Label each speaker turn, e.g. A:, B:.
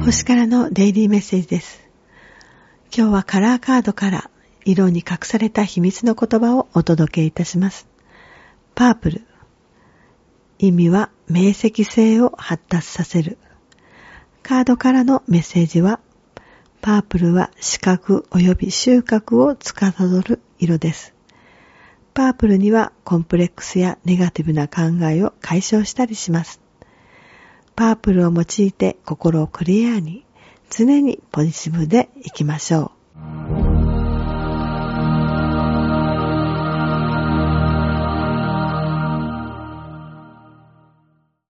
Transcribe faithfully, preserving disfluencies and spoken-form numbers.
A: 星からのデイリーメッセージです。今日はカラーカードから色に隠された秘密の言葉をお届けいたします。パープル。意味は明晰性を発達させる。カードからのメッセージは、パープルは視覚及び収穫を司る色です。パープルにはコンプレックスやネガティブな考えを解消したりします。パープルを用いて心をクリアに、常にポジティブでいきましょう。